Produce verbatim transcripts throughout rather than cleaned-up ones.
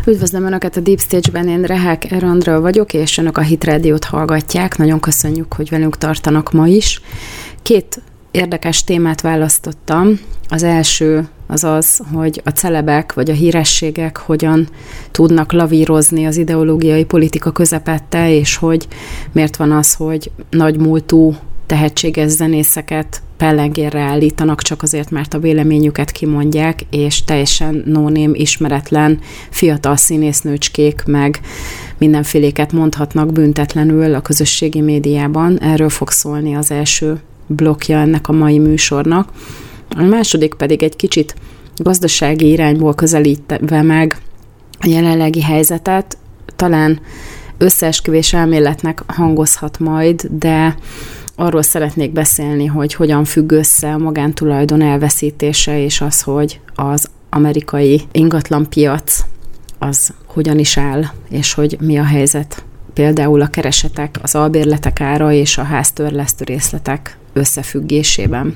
Üdvözlöm Önöket a Deep Stage-ben, én Rehák Erandra vagyok, és Önök a Hit Rádiót hallgatják. Nagyon köszönjük, hogy velünk tartanak ma is. Két érdekes témát választottam. Az első az az, hogy a celebek vagy a hírességek hogyan tudnak lavírozni az ideológiai politika közepette, és hogy miért van az, hogy nagy múltú tehetséges zenészeket pellengérre állítanak csak azért, mert a véleményüket kimondják, és teljesen no-name, ismeretlen fiatal színésznőcskék meg mindenféléket mondhatnak büntetlenül a közösségi médiában. Erről fog szólni az első blokkja ennek a mai műsornak. A második pedig egy kicsit gazdasági irányból közelítve meg a jelenlegi helyzetet, talán összeesküvés elméletnek hangozhat majd, de arról szeretnék beszélni, hogy hogyan függ össze a magántulajdon elveszítése, és az, hogy az amerikai ingatlanpiac az hogyan is áll, és hogy mi a helyzet. Például a keresetek, az albérletek ára és a háztörlesztő részletek összefüggésében.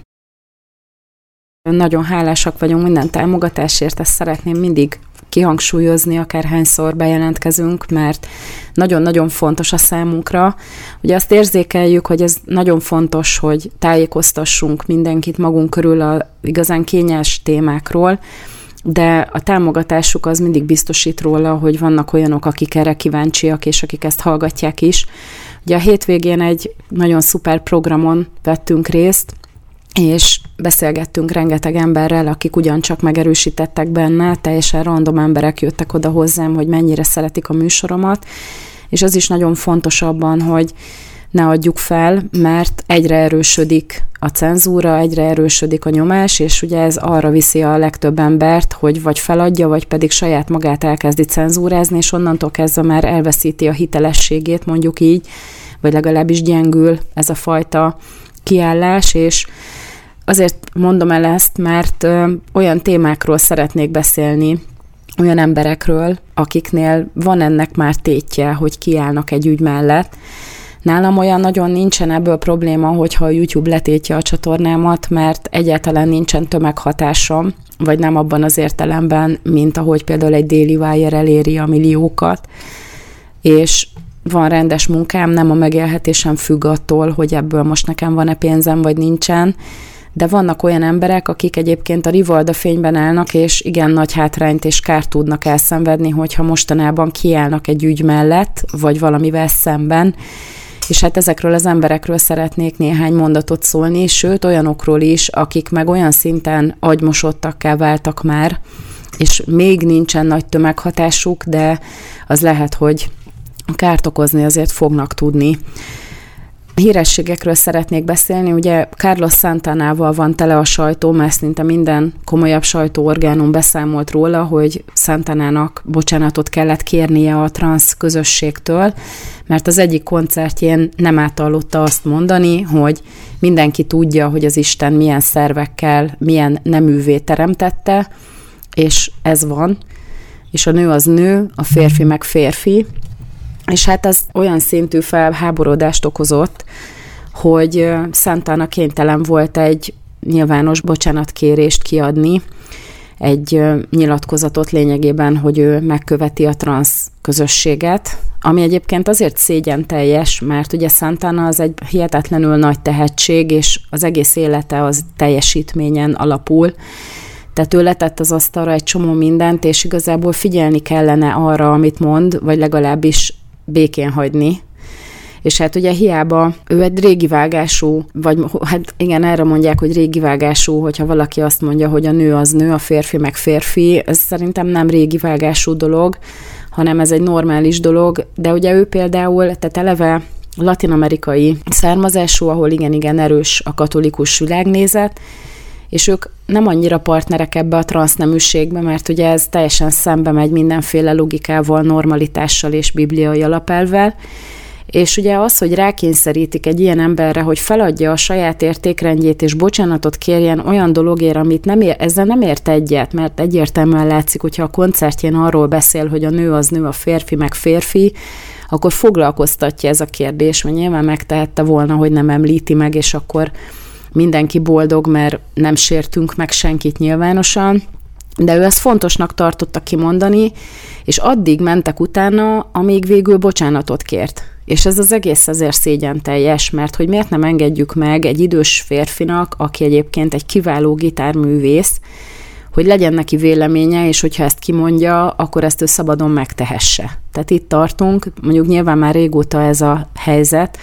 Nagyon hálásak vagyunk minden támogatásért, ezt szeretném mindig kihangsúlyozni, akárhányszor bejelentkezünk, mert nagyon-nagyon fontos a számunkra. Ugye azt érzékeljük, hogy ez nagyon fontos, hogy tájékoztassunk mindenkit magunk körül a igazán kényes témákról, de a támogatásuk az mindig biztosít róla, hogy vannak olyanok, akik erre kíváncsiak, és akik ezt hallgatják is. Ugye a hétvégén egy nagyon szuper programon vettünk részt, és beszélgettünk rengeteg emberrel, akik ugyancsak megerősítettek benne, teljesen random emberek jöttek oda hozzám, hogy mennyire szeretik a műsoromat, és az is nagyon fontos abban, hogy ne adjuk fel, mert egyre erősödik a cenzúra, egyre erősödik a nyomás, és ugye ez arra viszi a legtöbb embert, hogy vagy feladja, vagy pedig saját magát elkezdi cenzúrázni, és onnantól kezdve már elveszíti a hitelességét, mondjuk így, vagy legalábbis gyengül ez a fajta kiállás, és azért mondom el ezt, mert ö, olyan témákról szeretnék beszélni, olyan emberekről, akiknél van ennek már tétje, hogy kiállnak egy ügy mellett. Nálam olyan nagyon nincsen ebből probléma, hogyha a YouTube letétje a csatornámat, mert egyáltalán nincsen tömeghatásom, vagy nem abban az értelemben, mint ahogy például egy Daily Wire eléri a milliókat, és van rendes munkám, nem a megélhetésem függ attól, hogy ebből most nekem van-e pénzem, vagy nincsen, de vannak olyan emberek, akik egyébként a rivalda fényben állnak, és igen nagy hátrányt és kárt tudnak elszenvedni, hogyha mostanában kiállnak egy ügy mellett, vagy valamivel szemben, és hát ezekről az emberekről szeretnék néhány mondatot szólni, sőt olyanokról is, akik meg olyan szinten agymosottakká váltak már, és még nincsen nagy tömeghatásuk, de az lehet, hogy kárt okozni azért fognak tudni. Hírességekről szeretnék beszélni, ugye Carlos Santanával van tele a sajtó, mert szinte minden komolyabb sajtóorgánum beszámolt róla, hogy Santanának bocsánatot kellett kérnie a transz közösségtől, mert az egyik koncertjén nem átallotta azt mondani, hogy mindenki tudja, hogy az Isten milyen szervekkel, milyen neművé teremtette, és ez van, és a nő az nő, a férfi meg férfi, és hát ez olyan szintű felháborodást okozott, hogy Santana kénytelen volt egy nyilvános bocsánatkérést kiadni, egy nyilatkozatot lényegében, hogy ő megköveti a transz közösséget, ami egyébként azért szégyenteljes, mert ugye Santana az egy hihetetlenül nagy tehetség, és az egész élete az teljesítményen alapul, tehát ő letett az asztalra egy csomó mindent, és igazából figyelni kellene arra, amit mond, vagy legalábbis békén hagyni. És hát ugye hiába ő egy régi vágású, vagy hát igen, erre mondják, hogy régi vágású, hogyha valaki azt mondja, hogy a nő az nő, a férfi meg férfi, ez szerintem nem régi vágású dolog, hanem ez egy normális dolog, de ugye ő például, tehát eleve latin-amerikai származású, ahol igen-igen erős a katolikus világnézet, és ők nem annyira partnerek ebbe a transzneműségbe, mert ugye ez teljesen szembe megy mindenféle logikával, normalitással és bibliai alapelvvel, és ugye az, hogy rákényszerítik egy ilyen emberre, hogy feladja a saját értékrendjét és bocsánatot kérjen olyan dologért, amit nem ér, ezzel nem ért egyet, mert egyértelműen látszik, hogyha a koncertjén arról beszél, hogy a nő az nő, a férfi meg férfi, akkor foglalkoztatja ez a kérdés, mert nyilván megtehette volna, hogy nem említi meg, és akkor mindenki boldog, mert nem sértünk meg senkit nyilvánosan, De ő ezt fontosnak tartotta kimondani, és addig mentek utána, amíg végül bocsánatot kért. És ez az egész azért szégyenteljes, mert hogy miért nem engedjük meg egy idős férfinak, aki egyébként egy kiváló gitárművész, hogy legyen neki véleménye, és hogyha ezt kimondja, akkor ezt ő szabadon megtehesse. Tehát itt tartunk, mondjuk nyilván már régóta ez a helyzet,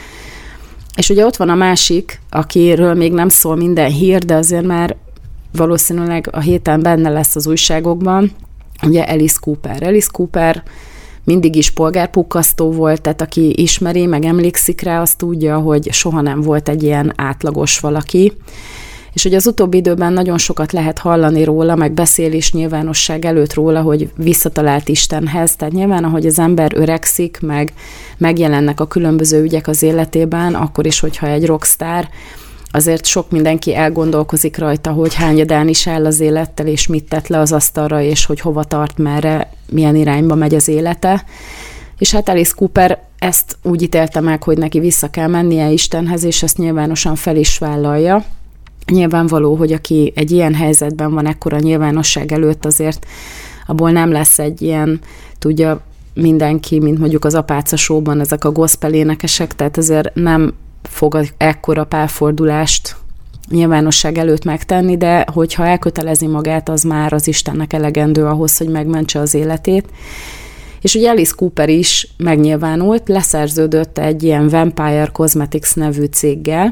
és ugye ott van a másik, akiről még nem szól minden hír, de azért már valószínűleg a héten benne lesz az újságokban, ugye Alice Cooper. Alice Cooper mindig is polgárpukkasztó volt, tehát aki ismeri, meg emlékszik rá, azt tudja, hogy soha nem volt egy ilyen átlagos valaki. És hogy az utóbbi időben nagyon sokat lehet hallani róla, meg beszél is nyilvánosság előtt róla, hogy visszatalált Istenhez. Tehát nyilván, ahogy az ember öregszik, meg megjelennek a különböző ügyek az életében, akkor is, hogyha egy rockstar, azért sok mindenki elgondolkozik rajta, hogy hányadán is áll az élettel, és mit tett le az asztalra, és hogy hova tart, merre, milyen irányba megy az élete. És hát Alice Cooper ezt úgy ítélte meg, hogy neki vissza kell mennie Istenhez, és ezt nyilvánosan fel is vállalja. Nyilvánvaló, hogy aki egy ilyen helyzetben van ekkora nyilvánosság előtt, azért abból nem lesz egy ilyen, tudja mindenki, mint mondjuk az Apáca Show-ban ezek a gospel énekesek, tehát azért nem fog ekkora párfordulást nyilvánosság előtt megtenni, de hogyha elkötelezi magát, az már az Istennek elegendő ahhoz, hogy megmentse az életét. És ugye Alice Cooper is megnyilvánult, leszerződött egy ilyen Vampire Cosmetics nevű céggel,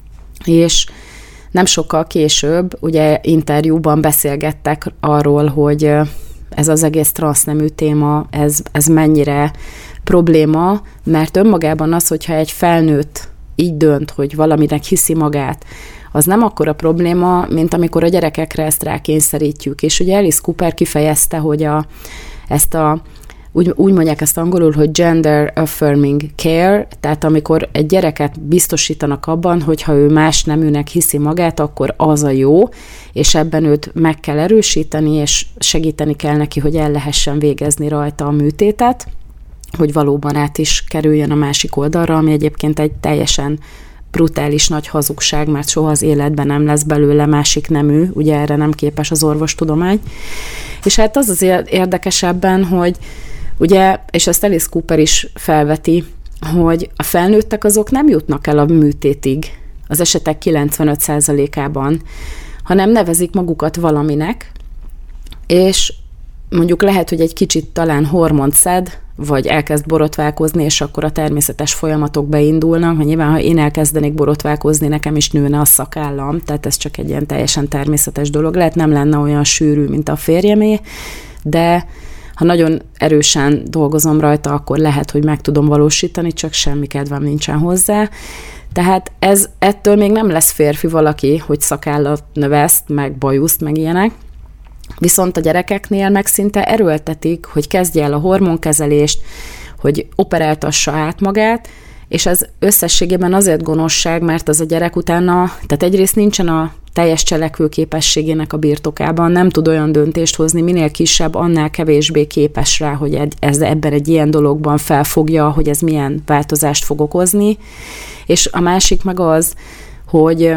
és nem sokkal később ugye interjúban beszélgettek arról, hogy ez az egész transznemű téma, ez, ez mennyire probléma, mert önmagában az, hogyha egy felnőtt így dönt, hogy valaminek hiszi magát, az nem akkora probléma, mint amikor a gyerekekre ezt rákényszerítjük. És ugye Alice Cooper kifejezte, hogy a, ezt a Úgy, úgy mondják ezt angolul, hogy gender affirming care, tehát amikor egy gyereket biztosítanak abban, hogyha ő más neműnek hiszi magát, akkor az a jó, és ebben őt meg kell erősíteni, és segíteni kell neki, hogy el lehessen végezni rajta a műtétet, hogy valóban át is kerüljön a másik oldalra, ami egyébként egy teljesen brutális nagy hazugság, mert soha az életben nem lesz belőle másik nemű, ugye erre nem képes az orvostudomány. És hát az az érdekesebben, hogy ugye, és ezt Alice Cooper is felveti, hogy a felnőttek azok nem jutnak el a műtétig, az esetek kilencvenöt százalékában, hanem nevezik magukat valaminek, és mondjuk lehet, hogy egy kicsit talán hormont szed, vagy elkezd borotválkozni, és akkor a természetes folyamatok beindulnak, mert nyilván, ha én elkezdenék borotválkozni, nekem is nőne a szakállam, tehát ez csak egy ilyen teljesen természetes dolog. Lehet nem lenne olyan sűrű, mint a férjemé, de ha nagyon erősen dolgozom rajta, akkor lehet, hogy meg tudom valósítani, csak semmi kedvem nincsen hozzá. Tehát ez, ettől még nem lesz férfi valaki, hogy szakállat növeszt, meg bajuszt, meg ilyenek. Viszont a gyerekeknél meg szinte erőltetik, hogy kezdje el a hormonkezelést, hogy operáltassa át magát, és ez összességében azért gonoszság, mert az a gyerek utána, tehát egyrészt nincsen a teljes cselekvőképességének a birtokában, nem tud olyan döntést hozni, minél kisebb, annál kevésbé képes rá, hogy ez ebben egy ilyen dologban felfogja, hogy ez milyen változást fog okozni. És a másik meg az, hogy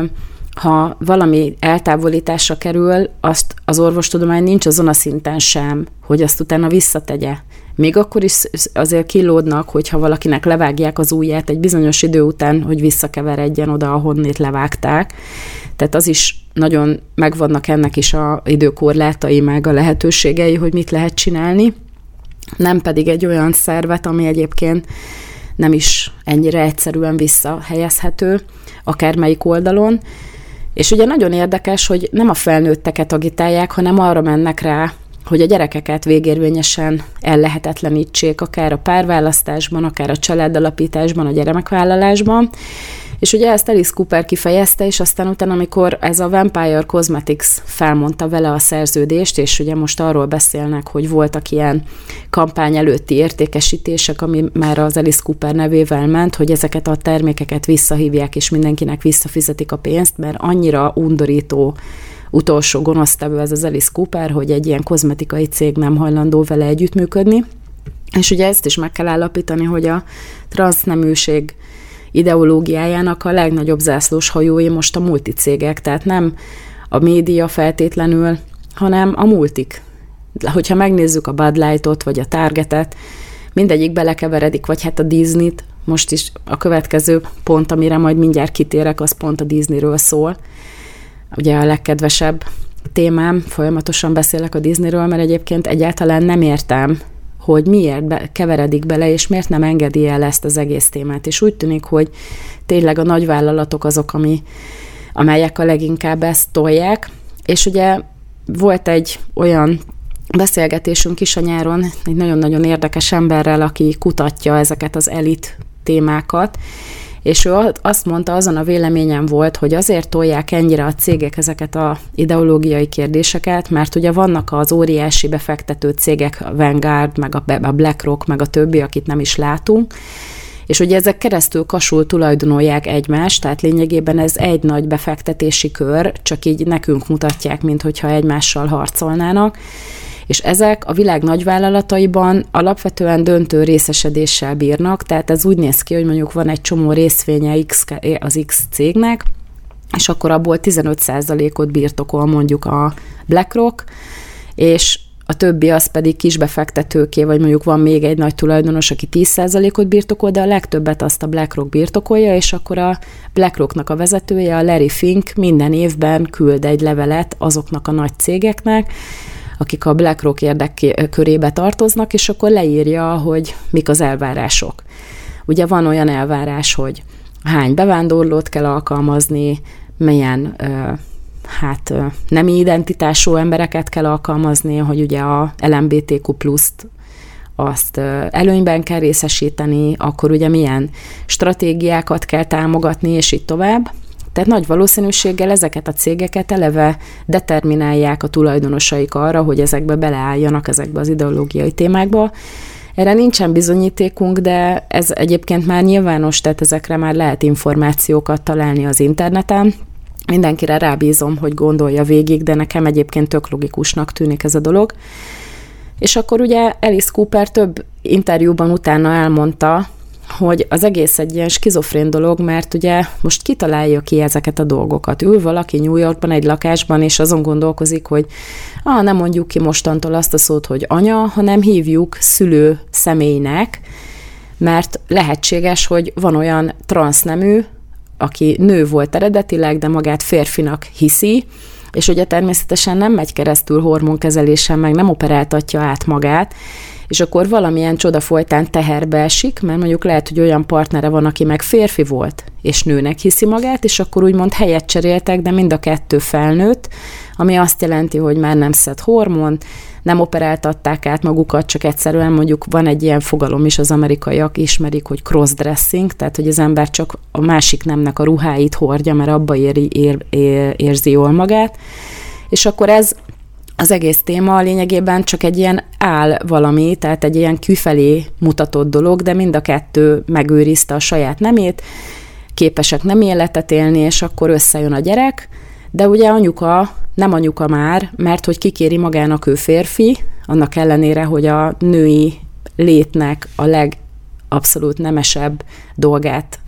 ha valami eltávolításra kerül, azt az orvostudomány nincs azon a szinten sem, hogy azt utána visszategye. Még akkor is azért kilódnak, hogyha valakinek levágják az ujját egy bizonyos idő után, hogy visszakeveredjen oda, ahonnét levágták. Tehát az is nagyon megvannak ennek is az időkorlátai, meg a lehetőségei, hogy mit lehet csinálni. Nem pedig egy olyan szervet, ami egyébként nem is ennyire egyszerűen visszahelyezhető, akármelyik oldalon. És ugye nagyon érdekes, hogy nem a felnőtteket agitálják, hanem arra mennek rá, hogy a gyerekeket végérvényesen ellehetetlenítsék, akár a párválasztásban, akár a családalapításban, a gyermekvállalásban. És ugye ezt Alice Cooper kifejezte, és aztán utána, amikor ez a Vampire Cosmetics felmondta vele a szerződést, és ugye most arról beszélnek, hogy voltak ilyen kampány előtti értékesítések, ami már az Alice Cooper nevével ment, hogy ezeket a termékeket visszahívják, és mindenkinek visszafizetik a pénzt, mert annyira undorító, utolsó gonosztevő ez az Alice Cooper, hogy egy ilyen kozmetikai cég nem hajlandó vele együttműködni. És ugye ezt is meg kell állapítani, hogy a transzneműség ideológiájának a legnagyobb zászlós hajói most a multicégek, tehát nem a média feltétlenül, hanem a multik. Hogyha megnézzük a Bud Lightot, vagy a Targetet, mindegyik belekeveredik, vagy hát a Disneyt. Most is a következő pont, amire majd mindjárt kitérek, az pont a Disneyről szól. Ugye a legkedvesebb témám, folyamatosan beszélek a Disneyről, mert egyébként egyáltalán nem értem, hogy miért be, keveredik bele, és miért nem engedi el ezt az egész témát. És úgy tűnik, hogy tényleg a nagyvállalatok azok, ami, amelyek a leginkább ezt tolják. És ugye volt egy olyan beszélgetésünk is a nyáron, egy nagyon-nagyon érdekes emberrel, aki kutatja ezeket az elit témákat, és ő azt mondta, azon a véleményem volt, hogy azért tolják ennyire a cégek ezeket a ideológiai kérdéseket, mert ugye vannak az óriási befektető cégek, a Vanguard, meg a BlackRock, meg a többi, akit nem is látunk, és ugye ezek keresztül kasul tulajdonolják egymást, tehát lényegében ez egy nagy befektetési kör, csak így nekünk mutatják, minthogyha egymással harcolnának, és ezek a világ nagyvállalataiban alapvetően döntő részesedéssel bírnak, tehát ez úgy néz ki, hogy mondjuk van egy csomó részvénye X, az X cégnek, és akkor abból tizenöt százalékot birtokol mondjuk a BlackRock, és a többi az pedig kisbefektetőké, vagy mondjuk van még egy nagy tulajdonos, aki tíz százalékot birtokol, de a legtöbbet azt a BlackRock birtokolja, és akkor a BlackRocknak a vezetője, a Larry Fink minden évben küld egy levelet azoknak a nagy cégeknek, akik a BlackRock érdekkörébe tartoznak, és akkor leírja, hogy mik az elvárások. Ugye van olyan elvárás, hogy hány bevándorlót kell alkalmazni, milyen hát nemi identitású embereket kell alkalmazni, hogy ugye a el em bé té kú pluszt azt előnyben kell részesíteni, akkor ugye milyen stratégiákat kell támogatni, és így tovább. Tehát nagy valószínűséggel ezeket a cégeket eleve determinálják a tulajdonosaik arra, hogy ezekbe beleálljanak, ezekbe az ideológiai témákba. Erre nincsen bizonyítékunk, de ez egyébként már nyilvános, tehát ezekre már lehet információkat találni az interneten. Mindenkire rábízom, hogy gondolja végig, de nekem egyébként tök logikusnak tűnik ez a dolog. És akkor ugye Alice Cooper több interjúban utána elmondta, hogy az egész egy ilyen skizofrén dolog, mert ugye most kitalálja ki ezeket a dolgokat. Ül valaki New Yorkban egy lakásban, és azon gondolkozik, hogy ah, nem mondjuk ki mostantól azt a szót, hogy anya, hanem hívjuk szülő személynek, mert lehetséges, hogy van olyan transznemű, aki nő volt eredetileg, de magát férfinak hiszi, és ugye természetesen nem megy keresztül hormonkezelésen, meg nem operáltatja át magát, és akkor valamilyen csoda folytán teherbe esik, mert mondjuk lehet, hogy olyan partnere van, aki meg férfi volt, és nőnek hiszi magát, és akkor úgymond helyet cseréltek, de mind a kettő felnőtt, ami azt jelenti, hogy már nem szed hormon, nem operáltatták át magukat, csak egyszerűen mondjuk van egy ilyen fogalom is, az amerikaiak ismerik, hogy crossdressing, tehát hogy az ember csak a másik nemnek a ruháit hordja, mert abba éri, ér, ér, érzi jól magát, és akkor ez az egész téma lényegében csak egy ilyen áll valami, tehát egy ilyen kifelé mutatott dolog, de mind a kettő megőrizte a saját nemét, képesek nem életet élni, és akkor összejön a gyerek, de ugye anyuka nem anyuka már, mert hogy kikéri magának, ő férfi, annak ellenére, hogy a női létnek a legabszolút nemesebb dolgát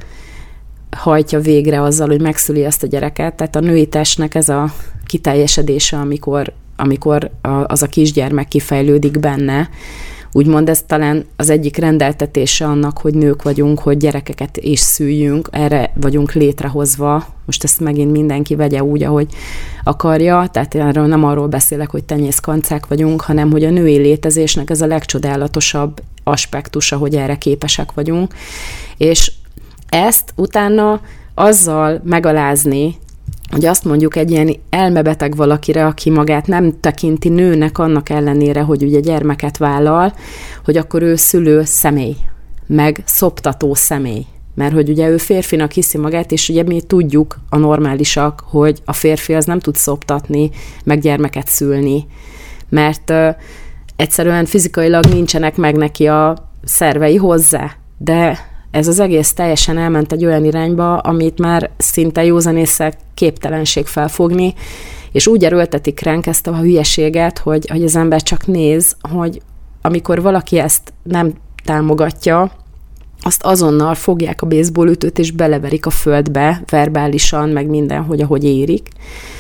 hajtja végre azzal, hogy megszüli ezt a gyereket. Tehát a női testnek ez a kiteljesedése, amikor, amikor az a kisgyermek kifejlődik benne, úgymond ez talán az egyik rendeltetése annak, hogy nők vagyunk, hogy gyerekeket is szüljünk, erre vagyunk létrehozva. Most ezt megint mindenki vegye úgy, ahogy akarja, tehát erről nem arról beszélek, hogy tenyészkancák vagyunk, hanem hogy a női létezésnek ez a legcsodálatosabb aspektusa, hogy erre képesek vagyunk. És ezt utána azzal megalázni, hogy azt mondjuk egy ilyen elmebeteg valakire, aki magát nem tekinti nőnek annak ellenére, hogy ugye gyermeket vállal, hogy akkor ő szülő személy, meg szoptató személy. Mert hogy ugye ő férfinak hiszi magát, és ugye mi tudjuk, a normálisak, hogy a férfi az nem tud szoptatni, meg gyermeket szülni, mert uh, egyszerűen fizikailag nincsenek meg neki a szervei hozzá, de ez az egész teljesen elment egy olyan irányba, amit már szinte józanésszel képtelenség felfogni, és úgy erőltetik ránk ezt a hülyeséget, hogy, hogy az ember csak néz, hogy amikor valaki ezt nem támogatja, azt azonnal fogják a baseballütőt, és beleverik a földbe, verbálisan, meg mindenhogy, ahogy érik.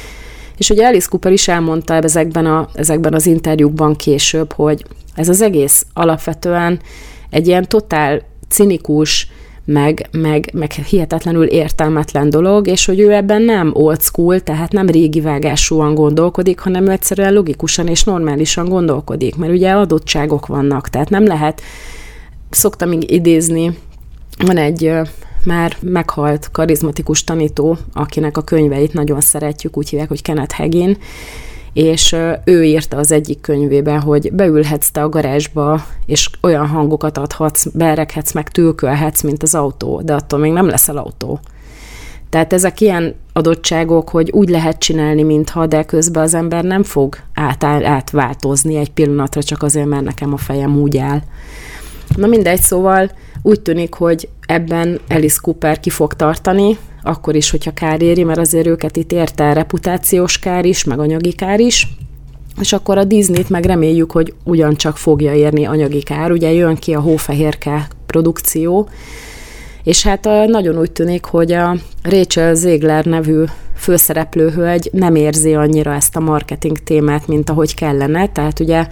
És ugye Alice Cooper is elmondta ezekben, a, ezekben az interjúkban később, hogy ez az egész alapvetően egy ilyen totál cinikus, meg, meg, meg hihetetlenül értelmetlen dolog, és hogy ő ebben nem old school, tehát nem régi vágásúan gondolkodik, hanem ő egyszerűen logikusan és normálisan gondolkodik, mert ugye adottságok vannak, tehát nem lehet, szoktam idézni, van egy már meghalt karizmatikus tanító, akinek a könyveit nagyon szeretjük, úgy hívják, hogy Kenneth Hagin, és ő írta az egyik könyvében, hogy beülhetsz te a garázsba, és olyan hangokat adhatsz, berekhetsz, meg tülkölhetsz, mint az autó, de attól még nem leszel autó. Tehát ezek ilyen adottságok, hogy úgy lehet csinálni, mintha, de közben az ember nem fog át, átváltozni egy pillanatra, csak azért, mert nekem a fejem úgy áll. Na mindegy, szóval úgy tűnik, hogy ebben Alice Cooper ki fog tartani, akkor is, hogyha kár éri, mert azért őket itt érte reputációs kár is, meg anyagi kár is, és akkor a Disneyt meg reméljük, hogy ugyancsak fogja érni anyagi kár. Ugye jön ki a Hófehérke produkció, és hát nagyon úgy tűnik, hogy a Rachel Zegler nevű főszereplőhölgy nem érzi annyira ezt a marketing témát, mint ahogy kellene, tehát ugye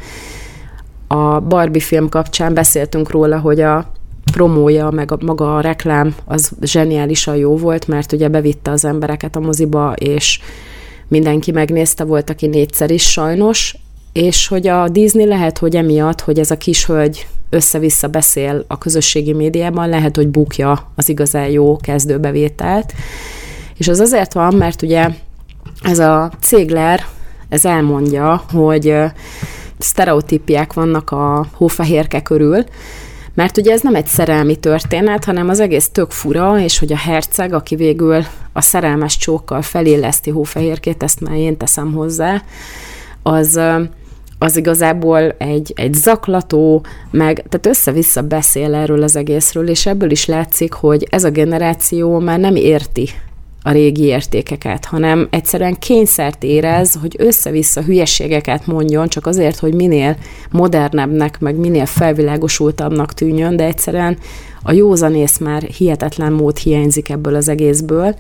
a Barbie film kapcsán beszéltünk róla, hogy a promója, meg a, maga a reklám az zseniálisan jó volt, mert ugye bevitte az embereket a moziba, és mindenki megnézte, volt, aki négyszer is sajnos, és hogy a Disney lehet, hogy emiatt, hogy ez a kis hölgy össze-vissza beszél a közösségi médiában, lehet, hogy bukja az igazán jó kezdőbevételt. És az azért van, mert ugye ez a Zegler, ez elmondja, hogy sztereotípiák vannak a Hófehérke körül, mert ugye ez nem egy szerelmi történet, hanem az egész tök fura, és hogy a herceg, aki végül a szerelmes csókkal feléleszti Hófehérkét, ezt már én teszem hozzá, az, az igazából egy, egy zaklató, meg, tehát össze-vissza beszél erről az egészről, és ebből is látszik, hogy ez a generáció már nem érti a régi értékeket, hanem egyszerűen kényszert érez, hogy össze-vissza hülyeségeket mondjon, csak azért, hogy minél modernebbnek, meg minél felvilágosultabbnak tűnjön, de egyszerűen a józanész már hihetetlen mód hiányzik ebből az egészből.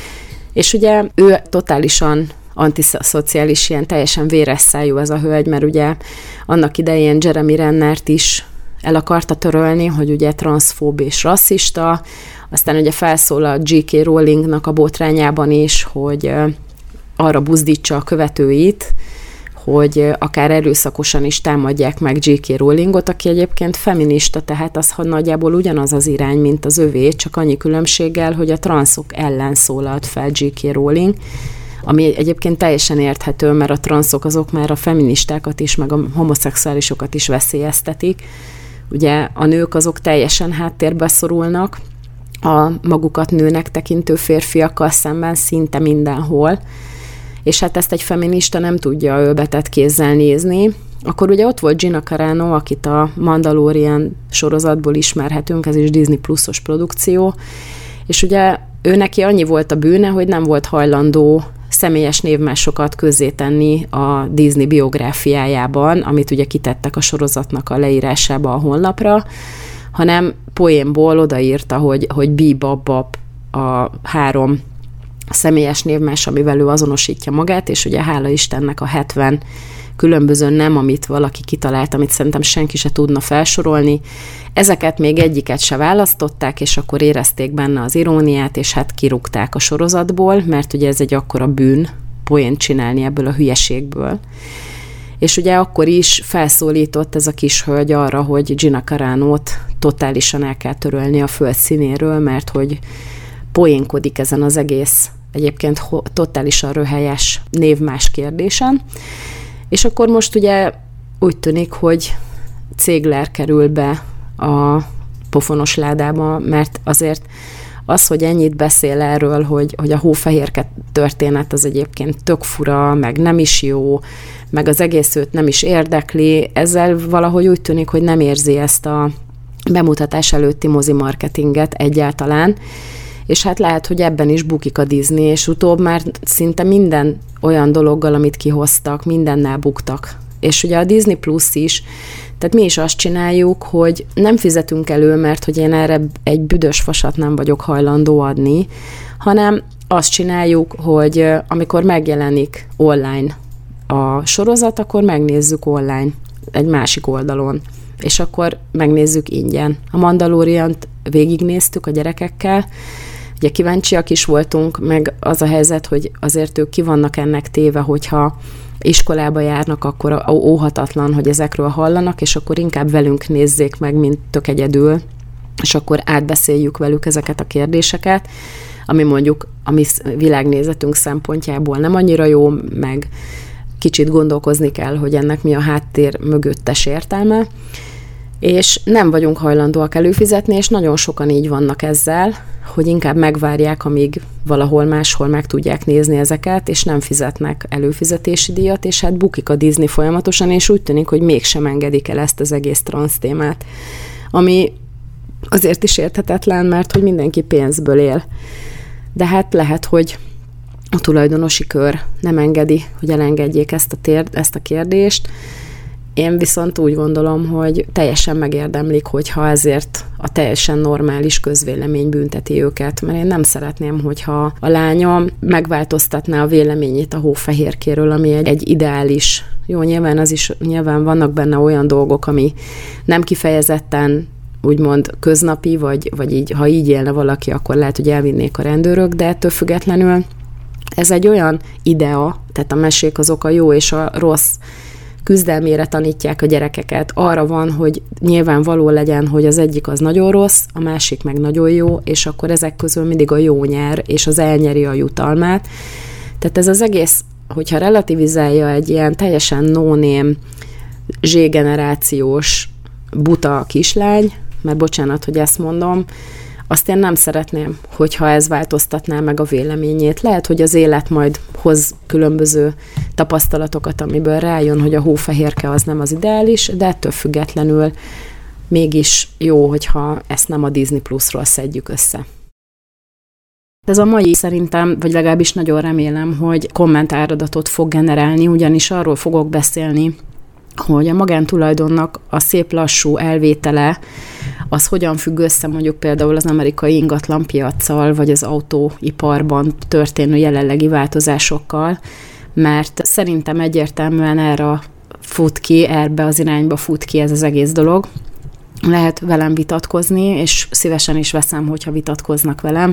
És ugye ő totálisan antiszociális, ilyen teljesen véres szájú ez a hölgy, mert ugye annak idején Jeremy Rennert is el akarta törölni, hogy ugye transzfób és rasszista, aztán ugye felszólal dzsé ká. Rowlingnak a botrányában is, hogy arra buzdítsa a követőit, hogy akár erőszakosan is támadják meg dzsé ká. Rowlingot, aki egyébként feminista, tehát az nagyjából ugyanaz az irány, mint az övé, csak annyi különbséggel, hogy a transzok ellen szólalt fel dzsé ká. Rowling, ami egyébként teljesen érthető, mert a transzok azok már a feministákat is, meg a homoszexuálisokat is veszélyeztetik. Ugye a nők azok teljesen háttérbe szorulnak, a magukat nőnek tekintő férfiakkal szemben szinte mindenhol, és hát ezt egy feminista nem tudja ölbetett kézzel nézni. Akkor ugye ott volt Gina Carano, akit a Mandalorian sorozatból ismerhetünk, ez is Disney pluszos produkció, és ugye ő neki annyi volt a bűne, hogy nem volt hajlandó személyes névmásokat közzétenni a Disney biográfiájában, amit ugye kitettek a sorozatnak a leírásába a honlapra, hanem poénból odaírta, hogy, hogy Bebop a három személyes névmás, amivel ő azonosítja magát, és ugye hála Istennek a hetven különböző nem, amit valaki kitalált, amit szerintem senki se tudna felsorolni. Ezeket még egyiket se választották, és akkor érezték benne az iróniát, és hát kirúgták a sorozatból, mert ugye ez egy akkora bűn poént csinálni ebből a hülyeségből. És ugye akkor is felszólított ez a kis hölgy arra, hogy Gina Caranót totálisan el kell törölni a föld színéről, mert hogy poénkodik ezen az egész egyébként totálisan röhelyes névmás kérdésen. És akkor most ugye úgy tűnik, hogy Zegler kerül be a pofonos ládába, mert azért az, hogy ennyit beszél erről, hogy, hogy a Hófehérke történet az egyébként tök fura, meg nem is jó, meg az egész őt nem is érdekli, ezzel valahogy úgy tűnik, hogy nem érzi ezt a bemutatás előtti mozi marketinget egyáltalán, és hát lehet, hogy ebben is bukik a Disney, és utóbb már szinte minden olyan dologgal, amit kihoztak, mindennel buktak. És ugye a Disney Plus is, tehát mi is azt csináljuk, hogy nem fizetünk elő, mert hogy én erre egy büdös fasat nem vagyok hajlandó adni, hanem azt csináljuk, hogy amikor megjelenik online a sorozat, akkor megnézzük online egy másik oldalon, és akkor megnézzük ingyen. A Mandaloriant végignéztük a gyerekekkel, ugye kíváncsiak is voltunk, meg az a helyzet, hogy azért ők ki vannak ennek téve, hogyha iskolába járnak, akkor óhatatlan, hogy ezekről hallanak, és akkor inkább velünk nézzék meg, mint tök egyedül, és akkor átbeszéljük velük ezeket a kérdéseket, ami mondjuk a mi világnézetünk szempontjából nem annyira jó, meg kicsit gondolkozni kell, hogy ennek mi a háttér mögöttes értelme, és nem vagyunk hajlandóak előfizetni, és nagyon sokan így vannak ezzel, hogy inkább megvárják, amíg valahol máshol meg tudják nézni ezeket, és nem fizetnek előfizetési díjat, és hát bukik a Disney folyamatosan, és úgy tűnik, hogy mégsem engedik el ezt az egész transz témát, ami azért is érthetetlen, mert hogy mindenki pénzből él. De hát lehet, hogy a tulajdonosi kör nem engedi, hogy elengedjék ezt a, tér, ezt a kérdést. Én viszont úgy gondolom, hogy teljesen megérdemlik, hogyha ezért a teljesen normális közvélemény bünteti őket, mert én nem szeretném, hogyha a lányom megváltoztatná a véleményét a hófehérkéről, ami egy, egy ideális. Jó, nyilván az is, nyilván vannak benne olyan dolgok, ami nem kifejezetten úgymond köznapi, vagy, vagy így, ha így élne valaki, akkor lehet, hogy elvinnék a rendőrök, de ettől függetlenül ez egy olyan idea, tehát a mesék azok a jó és a rossz küzdelmére tanítják a gyerekeket. Arra van, hogy nyilvánvaló legyen, hogy az egyik az nagyon rossz, a másik meg nagyon jó, és akkor ezek közül mindig a jó nyer, és az elnyeri a jutalmát. Tehát ez az egész, hogyha relativizálja egy ilyen teljesen no-name, zsé-generációs buta kislány, mert bocsánat, hogy ezt mondom, azt én nem szeretném, hogyha ez változtatná meg a véleményét. Lehet, hogy az élet majd hoz különböző tapasztalatokat, amiből rájön, hogy a hófehérke az nem az ideális, de ettől függetlenül mégis jó, hogyha ezt nem a Disney Plus-ról szedjük össze. Ez a mai szerintem, vagy legalábbis nagyon remélem, hogy kommentáradatot fog generálni, ugyanis arról fogok beszélni, hogy a magántulajdonnak a szép lassú elvétele, az hogyan függ össze mondjuk például az amerikai ingatlanpiaccal, vagy az autóiparban történő jelenlegi változásokkal, mert szerintem egyértelműen erre fut ki, erbe az irányba fut ki ez az egész dolog. Lehet velem vitatkozni, és szívesen is veszem, hogyha vitatkoznak velem,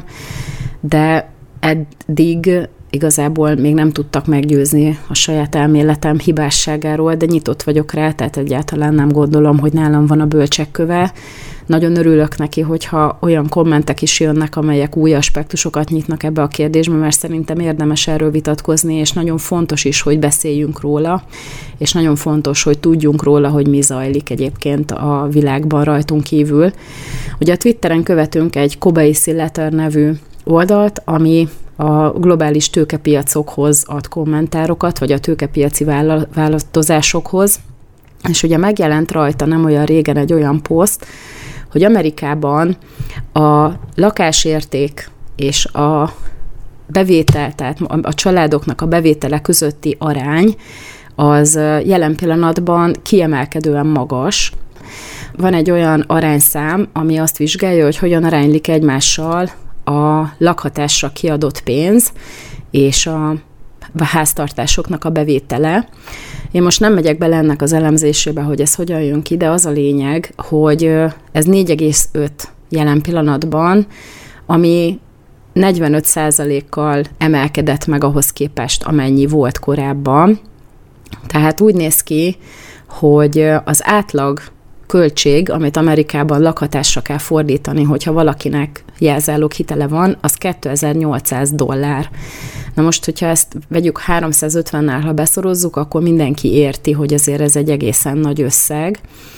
de eddig igazából még nem tudtak meggyőzni a saját elméletem hibásságáról, de nyitott vagyok rá, tehát egyáltalán nem gondolom, hogy nálam van a bölcsek köve. Nagyon örülök neki, hogyha olyan kommentek is jönnek, amelyek új aspektusokat nyitnak ebbe a kérdésbe, mert szerintem érdemes erről vitatkozni, és nagyon fontos is, hogy beszéljünk róla, és nagyon fontos, hogy tudjunk róla, hogy mi zajlik egyébként a világban rajtunk kívül. Ugye a Twitteren követünk egy Kobeiszi Letter nevű oldalt, ami a globális tőkepiacokhoz ad kommentárokat, vagy a tőkepiaci változásokhoz, és ugye megjelent rajta nem olyan régen egy olyan poszt, hogy Amerikában a lakásérték és a bevétel, tehát a családoknak a bevétele közötti arány az jelen pillanatban kiemelkedően magas. Van egy olyan arányszám, ami azt vizsgálja, hogy hogyan aránylik egymással a lakhatásra kiadott pénz és a háztartásoknak a bevétele. Én most nem megyek bele ennek az elemzésébe, hogy ez hogyan jön ki, de az a lényeg, hogy ez négy egész öt jelen pillanatban, ami negyvenöt százalékkal emelkedett meg ahhoz képest, amennyi volt korábban. Tehát úgy néz ki, hogy az átlag költség, amit Amerikában lakhatásra kell fordítani, hogyha valakinek jelzálóg hitele van, az kétezer-nyolcszáz dollár. Na most, hogyha ezt vegyük háromszázötvennel, ha beszorozzuk, akkor mindenki érti, hogy azért ez egy egészen nagy összeg.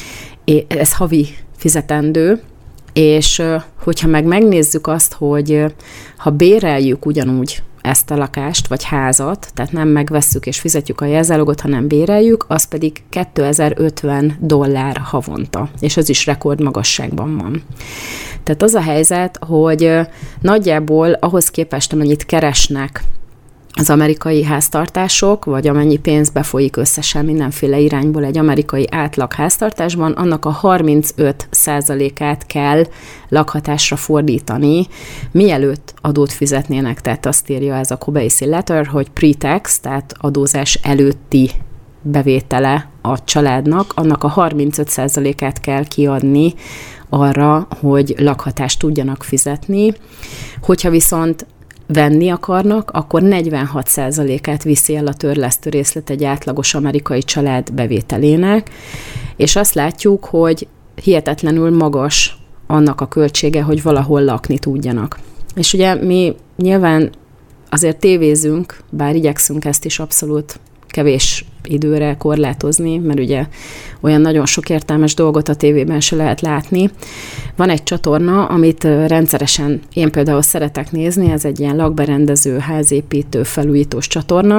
Ez havi fizetendő, és hogyha meg megnézzük azt, hogy ha béreljük ugyanúgy ezt a lakást, vagy házat, tehát nem megvesszük és fizetjük a jelzálogot, hanem béreljük, az pedig kétezer-ötven dollár havonta, és ez is rekordmagasságban van. Tehát az a helyzet, hogy nagyjából ahhoz képest, amennyit keresnek az amerikai háztartások, vagy amennyi pénz befolyik összesen mindenféle irányból egy amerikai átlag háztartásban, annak a harmincöt százalékát kell lakhatásra fordítani, mielőtt adót fizetnének. Tehát azt írja ez a Cobase Letter, hogy pre-tax, tehát adózás előtti bevétele a családnak, annak a harmincöt százalékát kell kiadni arra, hogy lakhatást tudjanak fizetni. Hogyha viszont venni akarnak, akkor negyvenhat százalékát viszi el a törlesztő részlet egy átlagos amerikai család bevételének, és azt látjuk, hogy hihetetlenül magas annak a költsége, hogy valahol lakni tudjanak. És ugye mi nyilván azért tévézünk, bár igyekszünk ezt is abszolút kevés időre korlátozni, mert ugye olyan nagyon sok értelmes dolgot a tévében se lehet látni. Van egy csatorna, amit rendszeresen én például szeretek nézni, ez egy ilyen lakberendező, házépítő, felújítós csatorna,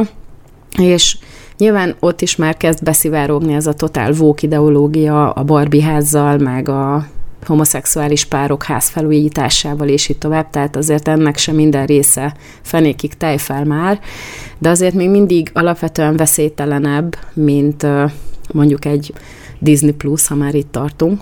és nyilván ott is már kezd beszivárogni ez a totál woke ideológia a Barbie házzal, meg a homoszexuális párok házfelújításával, és így tovább, tehát azért ennek sem minden része fenékig tejfel már, de azért még mindig alapvetően veszélytelenebb, mint mondjuk egy Disney Plus, ha már itt tartunk.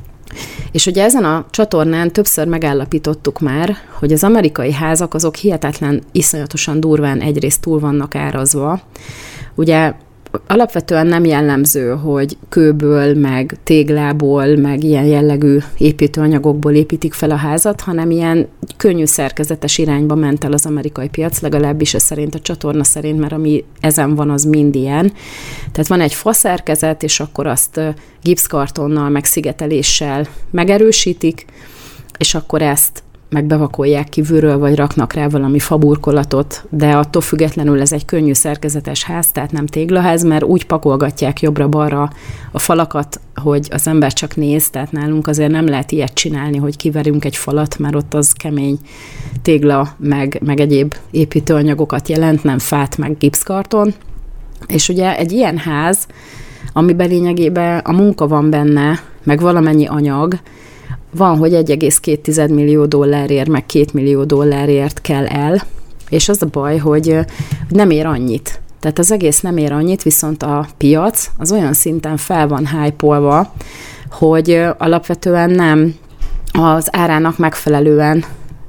És ugye ezen a csatornán többször megállapítottuk már, hogy az amerikai házak azok hihetetlen, iszonyatosan durván egyrészt túl vannak árazva. Ugye alapvetően nem jellemző, hogy kőből, meg téglából, meg ilyen jellegű építőanyagokból építik fel a házat, hanem ilyen könnyű szerkezetes irányba ment el az amerikai piac, legalábbis ez szerint a csatorna szerint, mert ami ezen van, az mind ilyen. Tehát van egy faszerkezet, és akkor azt gipszkartonnal, meg szigeteléssel megerősítik, és akkor ezt meg bevakolják kívülről, vagy raknak rá valami faburkolatot, de attól függetlenül ez egy könnyű szerkezetes ház, tehát nem téglaház, mert úgy pakolgatják jobbra-balra a falakat, hogy az ember csak néz, tehát nálunk azért nem lehet ilyet csinálni, hogy kiverünk egy falat, mert ott az kemény tégla, meg, meg egyéb építőanyagokat jelent, nem fát, meg gipszkarton. És ugye egy ilyen ház, amiben lényegében a munka van benne, meg valamennyi anyag, van, hogy egy egész két millió dollárért, meg két millió dollárért kell el, és az a baj, hogy nem ér annyit. Tehát az egész nem ér annyit, viszont a piac az olyan szinten fel van hype-olva, hogy alapvetően nem az árának megfelelően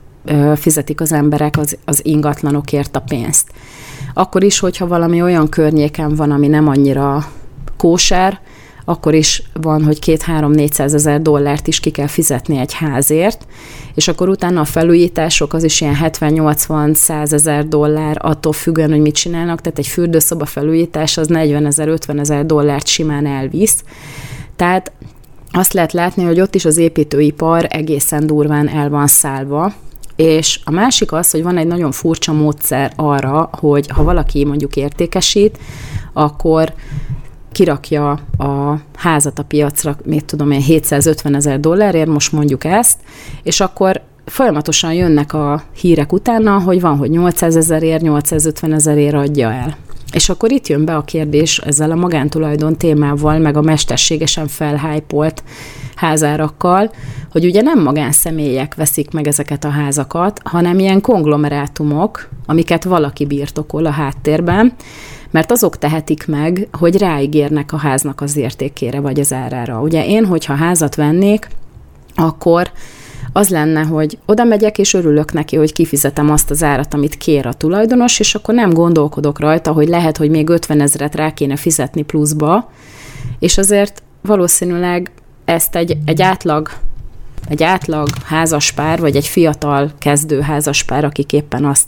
fizetik az emberek az, az ingatlanokért a pénzt. Akkor is, hogyha valami olyan környéken van, ami nem annyira kóser, akkor is van, hogy két-három-négyszázezer dollárt is ki kell fizetni egy házért, és akkor utána a felújítások az is ilyen hetven-nyolcvan-százezer dollár, attól függően, hogy mit csinálnak, tehát egy fürdőszoba felújítás az negyvenezer-ötvenezer dollárt simán elvisz. Tehát azt lehet látni, hogy ott is az építőipar egészen durván el van szállva, és a másik az, hogy van egy nagyon furcsa módszer arra, hogy ha valaki mondjuk értékesít, akkor kirakja a házat a piacra, mit tudom én, hétszázötvenezer dollárért, most mondjuk ezt, és akkor folyamatosan jönnek a hírek utána, hogy van, hogy nyolcszázezerért, nyolcszázötvenezerért adja el. És akkor itt jön be a kérdés ezzel a magántulajdon témával, meg a mesterségesen felhájpolt házárakkal, hogy ugye nem magánszemélyek veszik meg ezeket a házakat, hanem ilyen konglomerátumok, amiket valaki birtokol a háttérben, mert azok tehetik meg, hogy ráígérnek a háznak az értékére vagy az árára. Ugye én, hogyha házat vennék, akkor az lenne, hogy oda megyek, és örülök neki, hogy kifizetem azt az árat, amit kér a tulajdonos, és akkor nem gondolkodok rajta, hogy lehet, hogy még ötvenezret rá kéne fizetni pluszba, és azért valószínűleg ezt egy, egy átlag egy átlag házaspár, vagy egy fiatal kezdő házaspár, akik éppen azt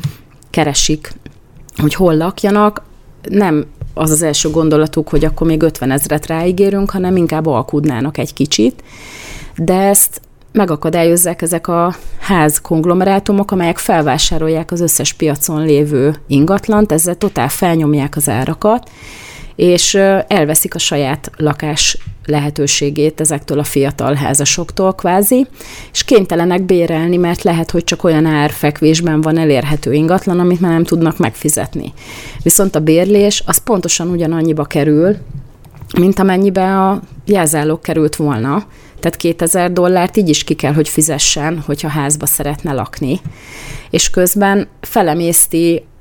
keresik, hogy hol lakjanak, nem az az első gondolatuk, hogy akkor még ötvenezret ráígérünk, hanem inkább alkudnának egy kicsit, de ezt megakadályozzák ezek a ház konglomerátumok, amelyek felvásárolják az összes piacon lévő ingatlant, ezzel totál felnyomják az árakat, és elveszik a saját lakás lehetőségét ezektől a fiatal házasoktól kvázi, és kénytelenek bérelni, mert lehet, hogy csak olyan árfekvésben van elérhető ingatlan, amit már nem tudnak megfizetni. Viszont a bérlés az pontosan ugyanannyiba kerül, mint amennyibe a jelzálók került volna. Tehát kétezer dollárt így is ki kell, hogy fizessen, hogyha házba szeretne lakni. És közben felemészti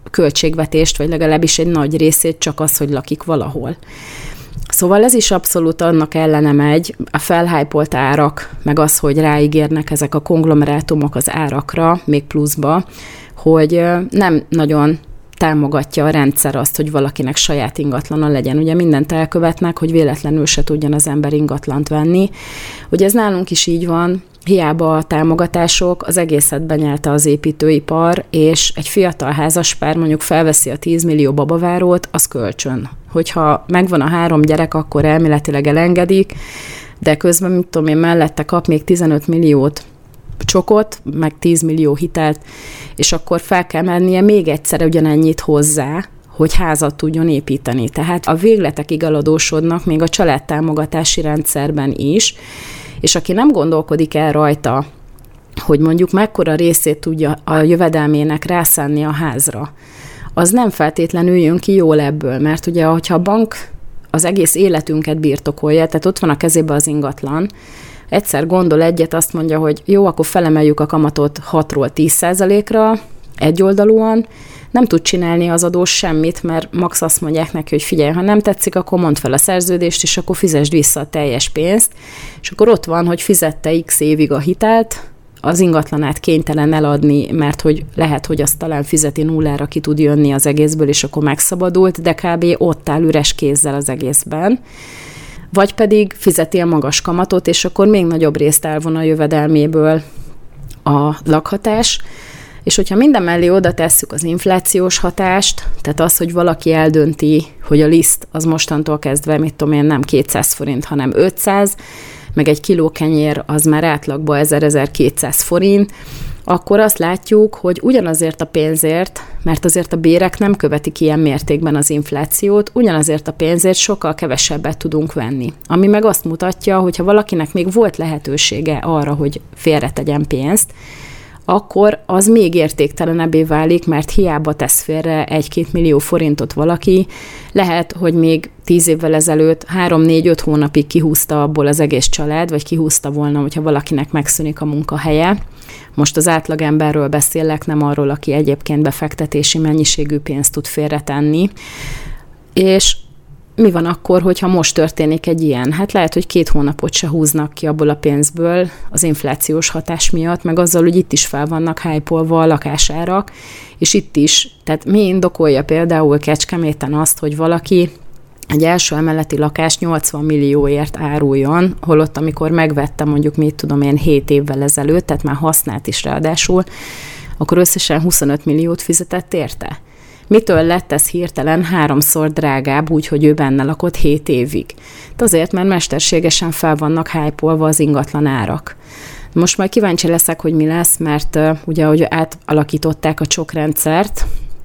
költségvetést, vagy legalábbis egy nagy részét csak az, hogy lakik valahol. Szóval ez is abszolút annak ellene megy, a felhájpolt árak, meg az, hogy ráígérnek ezek a konglomerátumok az árakra, még pluszba, hogy nem nagyon támogatja a rendszer azt, hogy valakinek saját ingatlana legyen. Ugye mindent elkövetnek, hogy véletlenül se tudjon az ember ingatlant venni. Ugye ez nálunk is így van, hiába a támogatások, az egészet benyelte az építőipar, és egy fiatal házaspár mondjuk felveszi a tíz millió babavárót, az kölcsön. Hogyha megvan a három gyerek, akkor elméletileg elengedik, de közben, mit tudom én, mellette kap még tizenöt milliót csokot, meg tíz millió hitelt, és akkor fel kell mennie még egyszer ugyanennyit hozzá, hogy házat tudjon építeni. Tehát a végletekig eladósodnak még a családtámogatási rendszerben is, és aki nem gondolkodik el rajta, hogy mondjuk mekkora részét tudja a jövedelmének rászánni a házra, az nem feltétlenül jön ki jól ebből, mert ugye, hogyha a bank az egész életünket birtokolja, tehát ott van a kezében az ingatlan, egyszer gondol egyet, azt mondja, hogy jó, akkor felemeljük a kamatot hatról tíz százalékra egyoldalúan, nem tud csinálni az adós semmit, mert max azt mondják neki, hogy figyelj, ha nem tetszik, akkor mondd fel a szerződést, és akkor fizesd vissza a teljes pénzt, és akkor ott van, hogy fizette x évig a hitelt, az ingatlanát kénytelen eladni, mert hogy lehet, hogy azt talán fizeti nullára, ki tud jönni az egészből, és akkor megszabadult, de kb. Ott áll üres kézzel az egészben. Vagy pedig fizeti a magas kamatot, és akkor még nagyobb részt elvon a jövedelméből a lakhatás. És hogyha minden mellé oda tesszük az inflációs hatást, tehát az, hogy valaki eldönti, hogy a liszt az mostantól kezdve, mit tudom én, nem kétszáz forint, hanem ötszáz, meg egy kiló kenyér az már átlagban ezer-ezerkétszáz forint, akkor azt látjuk, hogy ugyanazért a pénzért, mert azért a bérek nem követik ilyen mértékben az inflációt, ugyanazért a pénzért sokkal kevesebbet tudunk venni. Ami meg azt mutatja, hogy ha valakinek még volt lehetősége arra, hogy félretegyen pénzt, akkor az még értéktelenebbé válik, mert hiába tesz félre egy-két millió forintot valaki, lehet, hogy még tíz évvel ezelőtt három-négy-öt hónapig kihúzta abból az egész család, vagy kihúzta volna, hogyha valakinek megszűnik a munkahelye. Most az átlagemberről beszélek, nem arról, aki egyébként befektetési mennyiségű pénzt tud félretenni. És mi van akkor, hogyha most történik egy ilyen? Hát lehet, hogy két hónapot se húznak ki abból a pénzből az inflációs hatás miatt, meg azzal, hogy itt is fel vannak hype-olva a lakásárak, és itt is, tehát mi indokolja például Kecskeméten azt, hogy valaki egy első emeleti lakást nyolcvan millióért áruljon, holott amikor megvette mondjuk, mit tudom én, hét évvel ezelőtt, tehát már használt is ráadásul, akkor összesen huszonöt milliót fizetett érte. Mitől lett ez hirtelen háromszor drágább, úgyhogy ő benne lakott hét évig? De azért, mert mesterségesen fel vannak hype-olva az ingatlan árak. Most majd kíváncsi leszek, hogy mi lesz, mert uh, ugye, ahogy átalakították a csokrendszert,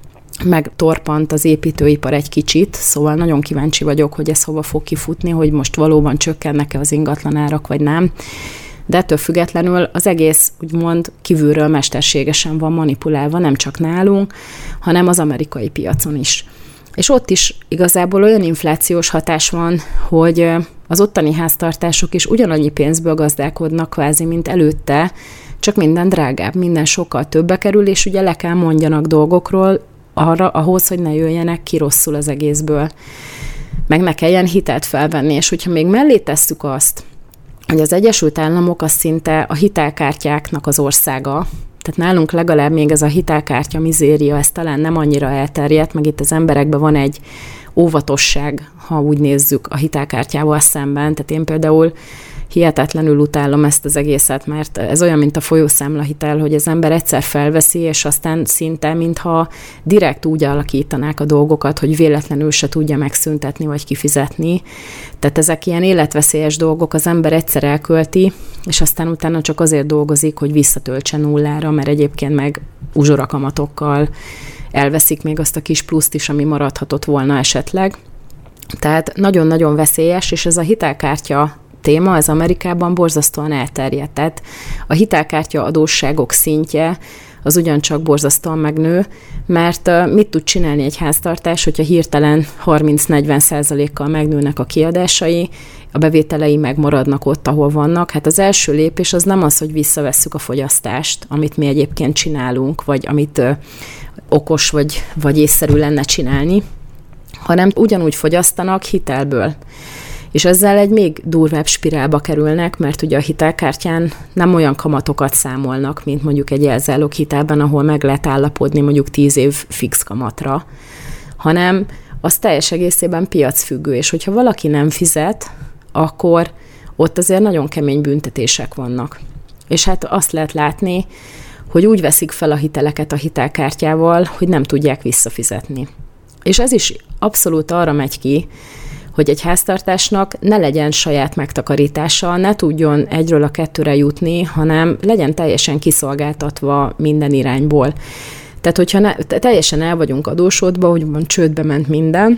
meg torpant az építőipar egy kicsit, szóval nagyon kíváncsi vagyok, hogy ez hova fog kifutni, hogy most valóban csökkennek-e az ingatlan árak, vagy nem. De ettől függetlenül az egész úgymond kívülről mesterségesen van manipulálva, nem csak nálunk, hanem az amerikai piacon is. És ott is igazából olyan inflációs hatás van, hogy az ottani háztartások is ugyanannyi pénzből gazdálkodnak kvázi, mint előtte, csak minden drágább, minden sokkal többbe kerül, és ugye le kell mondjanak dolgokról arra, ahhoz, hogy ne jöjjenek ki rosszul az egészből. Meg ne kelljen hitelt felvenni, és hogyha még mellé tesszük azt, hogy az Egyesült Államok az szinte a hitelkártyáknak az országa, tehát nálunk legalább még ez a hitelkártya mizéria, ez talán nem annyira elterjedt, meg itt az emberekben van egy óvatosság, ha úgy nézzük a hitelkártyával szemben. Tehát én például hihetetlenül utálom ezt az egészet, mert ez olyan, mint a folyószámlahitel, hogy az ember egyszer felveszi, és aztán szinte, mintha direkt úgy alakítanák a dolgokat, hogy véletlenül se tudja megszüntetni, vagy kifizetni. Tehát ezek ilyen életveszélyes dolgok, az ember egyszer elkölti, és aztán utána csak azért dolgozik, hogy visszatöltse nullára, mert egyébként meg uzsorakamatokkal elveszik még azt a kis pluszt is, ami maradhatott volna esetleg. Tehát nagyon-nagyon veszélyes, és ez a hitelkártya téma, ez Amerikában borzasztóan elterjedt. Tehát a hitelkártya adósságok szintje az ugyancsak borzasztóan megnő, mert mit tud csinálni egy háztartás, hogyha hirtelen harminc-negyven százalékkal megnőnek a kiadásai, a bevételei megmaradnak ott, ahol vannak. Hát az első lépés az nem az, hogy visszavesszük a fogyasztást, amit mi egyébként csinálunk, vagy amit okos vagy, vagy észszerű lenne csinálni, hanem ugyanúgy fogyasztanak hitelből. És ezzel egy még durvább spirálba kerülnek, mert ugye a hitelkártyán nem olyan kamatokat számolnak, mint mondjuk egy jelzálók hitelben, ahol meg lehet állapodni mondjuk tíz év fix kamatra, hanem az teljes egészében piacfüggő, és hogyha valaki nem fizet, akkor ott azért nagyon kemény büntetések vannak. És hát azt lehet látni, hogy úgy veszik fel a hiteleket a hitelkártyával, hogy nem tudják visszafizetni. És ez is abszolút arra megy ki, hogy egy háztartásnak ne legyen saját megtakarítása, ne tudjon egyről a kettőre jutni, hanem legyen teljesen kiszolgáltatva minden irányból. Tehát, hogyha ne, teljesen el vagyunk adósodva, úgymond csődbe ment minden,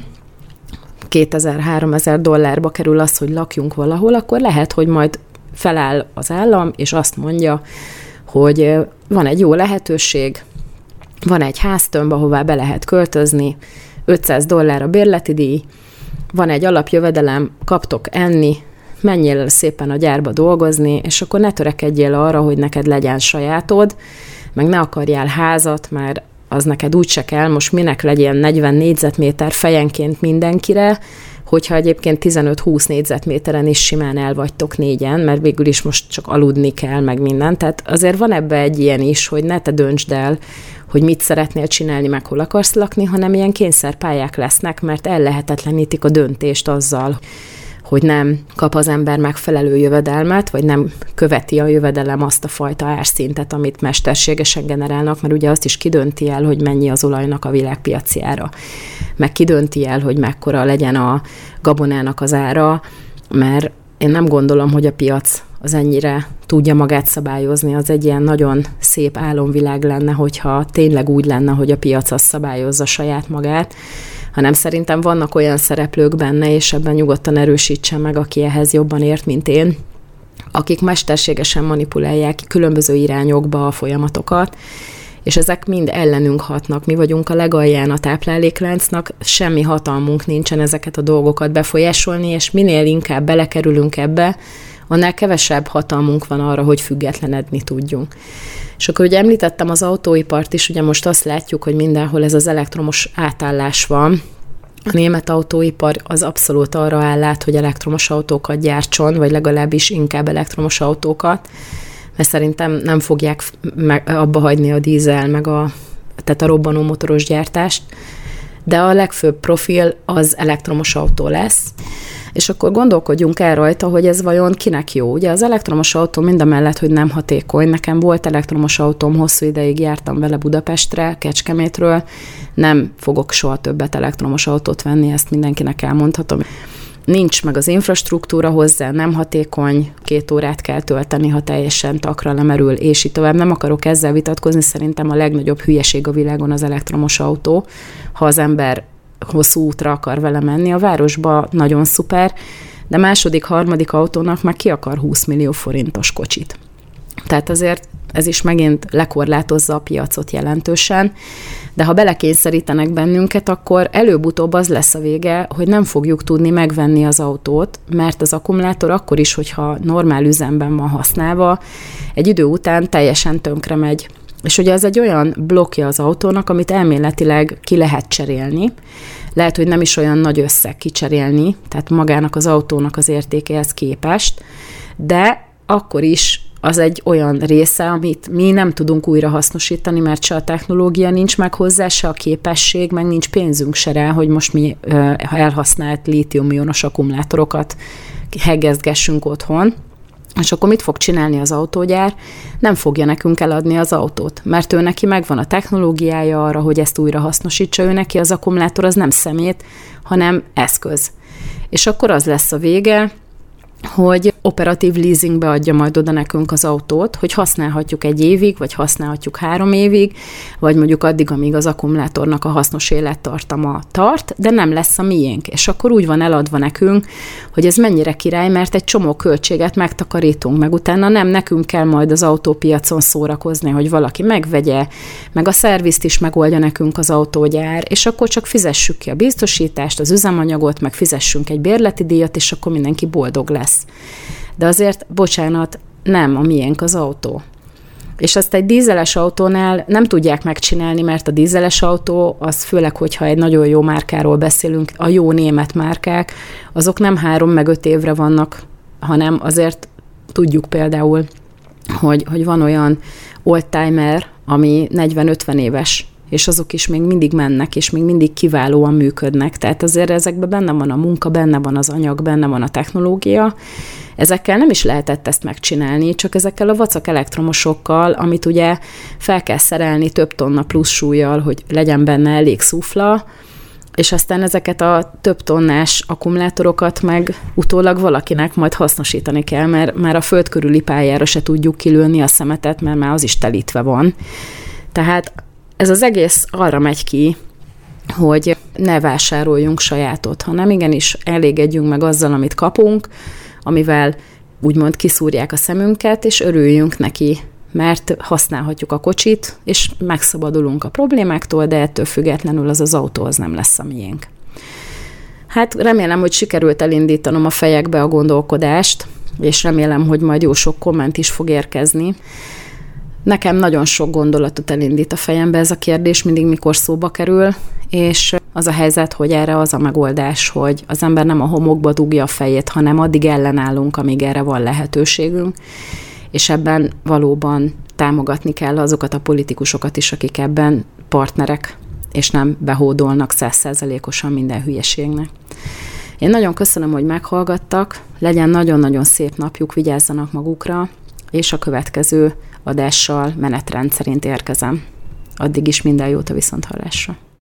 kétezer-háromezer dollárba kerül az, hogy lakjunk valahol, akkor lehet, hogy majd feláll az állam, és azt mondja, hogy van egy jó lehetőség, van egy háztömb, ahová be lehet költözni, ötszáz dollár a bérleti díj, van egy alapjövedelem, kaptok enni, menjél szépen a gyárba dolgozni, és akkor ne törekedjél arra, hogy neked legyen sajátod, meg ne akarjál házat, mert az neked úgyse kell, most minek legyen negyven négyzetméter fejenként mindenkire, hogyha egyébként tizenöt-húsz négyzetméteren is simán el vagytok négyen, mert végül is most csak aludni kell, meg minden. Tehát azért van ebbe egy ilyen is, hogy ne te döntsd el, hogy mit szeretnél csinálni, meg hol akarsz lakni, hanem ilyen kényszerpályák lesznek, mert ellehetetlenítik a döntést azzal, hogy nem kap az ember megfelelő jövedelmet, vagy nem követi a jövedelem azt a fajta árszintet, amit mesterségesen generálnak, mert ugye azt is kidönti el, hogy mennyi az olajnak a világpiaci ára, meg kidönti el, hogy mekkora legyen a gabonának az ára, mert én nem gondolom, hogy a piac az ennyire tudja magát szabályozni, az egy ilyen nagyon szép álomvilág lenne, hogyha tényleg úgy lenne, hogy a piac az szabályozza saját magát, hanem szerintem vannak olyan szereplők benne, és ebben nyugodtan erősítsen meg, aki ehhez jobban ért, mint én, akik mesterségesen manipulálják különböző irányokba a folyamatokat, és ezek mind ellenünk hatnak. Mi vagyunk a legalján a táplálékláncnak, semmi hatalmunk nincsen ezeket a dolgokat befolyásolni, és minél inkább belekerülünk ebbe, annál kevesebb hatalmunk van arra, hogy függetlenedni tudjunk. És akkor ugye említettem az autóipart is, ugye most azt látjuk, hogy mindenhol ez az elektromos átállás van. A német autóipar az abszolút arra áll át, hogy elektromos autókat gyártson, vagy legalábbis inkább elektromos autókat, mert szerintem nem fogják abba hagyni a dízel, meg a, tehát a robbanó motoros gyártást, de a legfőbb profil az elektromos autó lesz. És akkor gondolkodjunk el rajta, hogy ez vajon kinek jó. Ugye az elektromos autó mindamellett, hogy nem hatékony. Nekem volt elektromos autóm, hosszú ideig jártam vele Budapestre, Kecskemétről. Nem fogok soha többet elektromos autót venni, ezt mindenkinek elmondhatom. Nincs meg az infrastruktúra hozzá, nem hatékony, két órát kell tölteni, ha teljesen takra lemerül, és így tovább. Nem akarok ezzel vitatkozni, szerintem a legnagyobb hülyeség a világon az elektromos autó. Ha az ember hosszú útra akar vele menni, a városba nagyon szuper, de második, harmadik autónak meg ki akar húsz millió forintos kocsit. Tehát azért ez is megint lekorlátozza a piacot jelentősen, de ha belekényszerítenek bennünket, akkor előbb-utóbb az lesz a vége, hogy nem fogjuk tudni megvenni az autót, mert az akkumulátor akkor is, hogyha normál üzemben van használva, egy idő után teljesen tönkre megy. És ugye ez egy olyan blokkja az autónak, amit elméletileg ki lehet cserélni. Lehet, hogy nem is olyan nagy összeg kicserélni, tehát magának az autónak az értékéhez képest, de akkor is az egy olyan része, amit mi nem tudunk újra hasznosítani, mert se a technológia nincs meg hozzá, se a képesség, meg nincs pénzünk se rá, hogy most mi elhasznált lítium-ionos akkumulátorokat hegezgessünk otthon. És akkor mit fog csinálni az autógyár? Nem fogja nekünk eladni az autót, mert ő neki megvan a technológiája arra, hogy ezt újra hasznosítsa, ő neki az akkumulátor az nem szemét, hanem eszköz. És akkor az lesz a vége, hogy operatív leasingbe adja majd oda nekünk az autót, hogy használhatjuk egy évig, vagy használhatjuk három évig, vagy mondjuk addig, amíg az akkumulátornak a hasznos élettartama tart, de nem lesz a miénk. És akkor úgy van eladva nekünk, hogy ez mennyire király, mert egy csomó költséget megtakarítunk, meg utána nem nekünk kell majd az autópiacon szórakozni, hogy valaki megvegye, meg a szervizt is megoldja nekünk az autógyár, és akkor csak fizessük ki a biztosítást, az üzemanyagot, meg fizessünk egy bérleti díjat, és akkor mindenki boldog lesz. De azért, bocsánat, nem a miénk az autó. És azt egy dízeles autónál nem tudják megcsinálni, mert a dízeles autó, az főleg, hogyha egy nagyon jó márkáról beszélünk, a jó német márkák, azok nem három meg öt évre vannak, hanem azért tudjuk például, hogy, hogy van olyan oldtimer, ami negyven-ötven éves, és azok is még mindig mennek, és még mindig kiválóan működnek. Tehát azért ezekben benne van a munka, benne van az anyag, benne van a technológia. Ezekkel nem is lehetett ezt megcsinálni, csak ezekkel a vacak elektromosokkal, amit ugye fel kell szerelni több tonna plusz súlyjal, hogy legyen benne elég szufla, és aztán ezeket a több tonnás akkumulátorokat meg utólag valakinek majd hasznosítani kell, mert már a föld körüli pályára se tudjuk kilőni a szemetet, mert már az is telítve van. Tehát ez az egész arra megy ki, hogy ne vásároljunk sajátot, hanem igenis elégedjünk meg azzal, amit kapunk, amivel úgymond kiszúrják a szemünket, és örüljünk neki, mert használhatjuk a kocsit, és megszabadulunk a problémáktól, de ettől függetlenül az az autó az nem lesz a miénk. Hát remélem, hogy sikerült elindítanom a fejekbe a gondolkodást, és remélem, hogy majd jó sok komment is fog érkezni. Nekem nagyon sok gondolatot elindít a fejembe ez a kérdés, mindig mikor szóba kerül, és az a helyzet, hogy erre az a megoldás, hogy az ember nem a homokba dugja a fejét, hanem addig ellenállunk, amíg erre van lehetőségünk, és ebben valóban támogatni kell azokat a politikusokat is, akik ebben partnerek, és nem behódolnak száz százalékosan minden hülyeségnek. Én nagyon köszönöm, hogy meghallgattak, legyen nagyon-nagyon szép napjuk, vigyázzanak magukra, és a következő adással menetrend szerint érkezem. Addig is minden jót, a viszonthallásra.